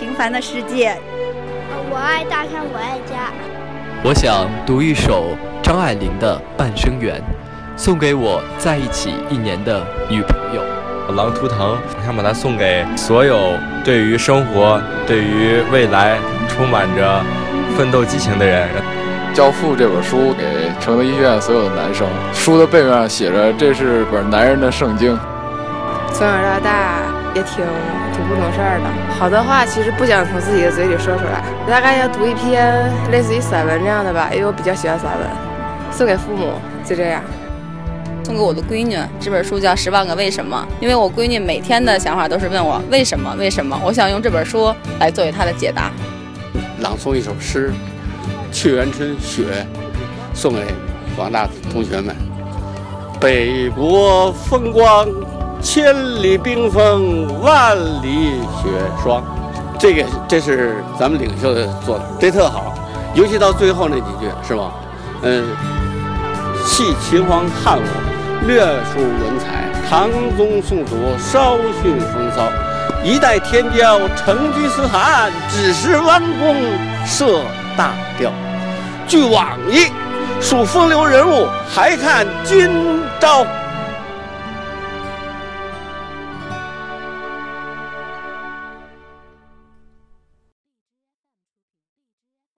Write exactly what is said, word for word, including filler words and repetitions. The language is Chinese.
平凡的世界。 我爱大山，我爱家。 我想读一首张爱玲的《半生缘》，送给我在一起一年的女朋友。 狼图腾，我想把它送给所有对于生活、对于未来充满着奋斗激情的人。 《教父》这本书给承德医院所有的男生，书的背面上写着这是本男人的圣经。 从小到大也挺挺不懂事儿的，好的话其实不想从自己的嘴里说出来。大概要读一篇类似于散文这样的吧，因为我比较喜欢散文，送给父母，就这样。 送给我的闺女，这本书叫《十万个为什么》，因为我闺女每天的想法都是问我为什么为什么，我想用这本书来作为她的解答。 朗诵一首诗《泫园春·雪》，送给广大同学们。北国风光，千里冰封，万里雪霜。这个这是咱们领袖的做的，这特好，尤其到最后那几句，是吧？嗯，戏秦皇汉武，略述文采；唐宗宋祖，稍逊风骚。一代天骄，成吉思汗，只是弯弓射大雕。据往矣，数风流人物，还看今朝。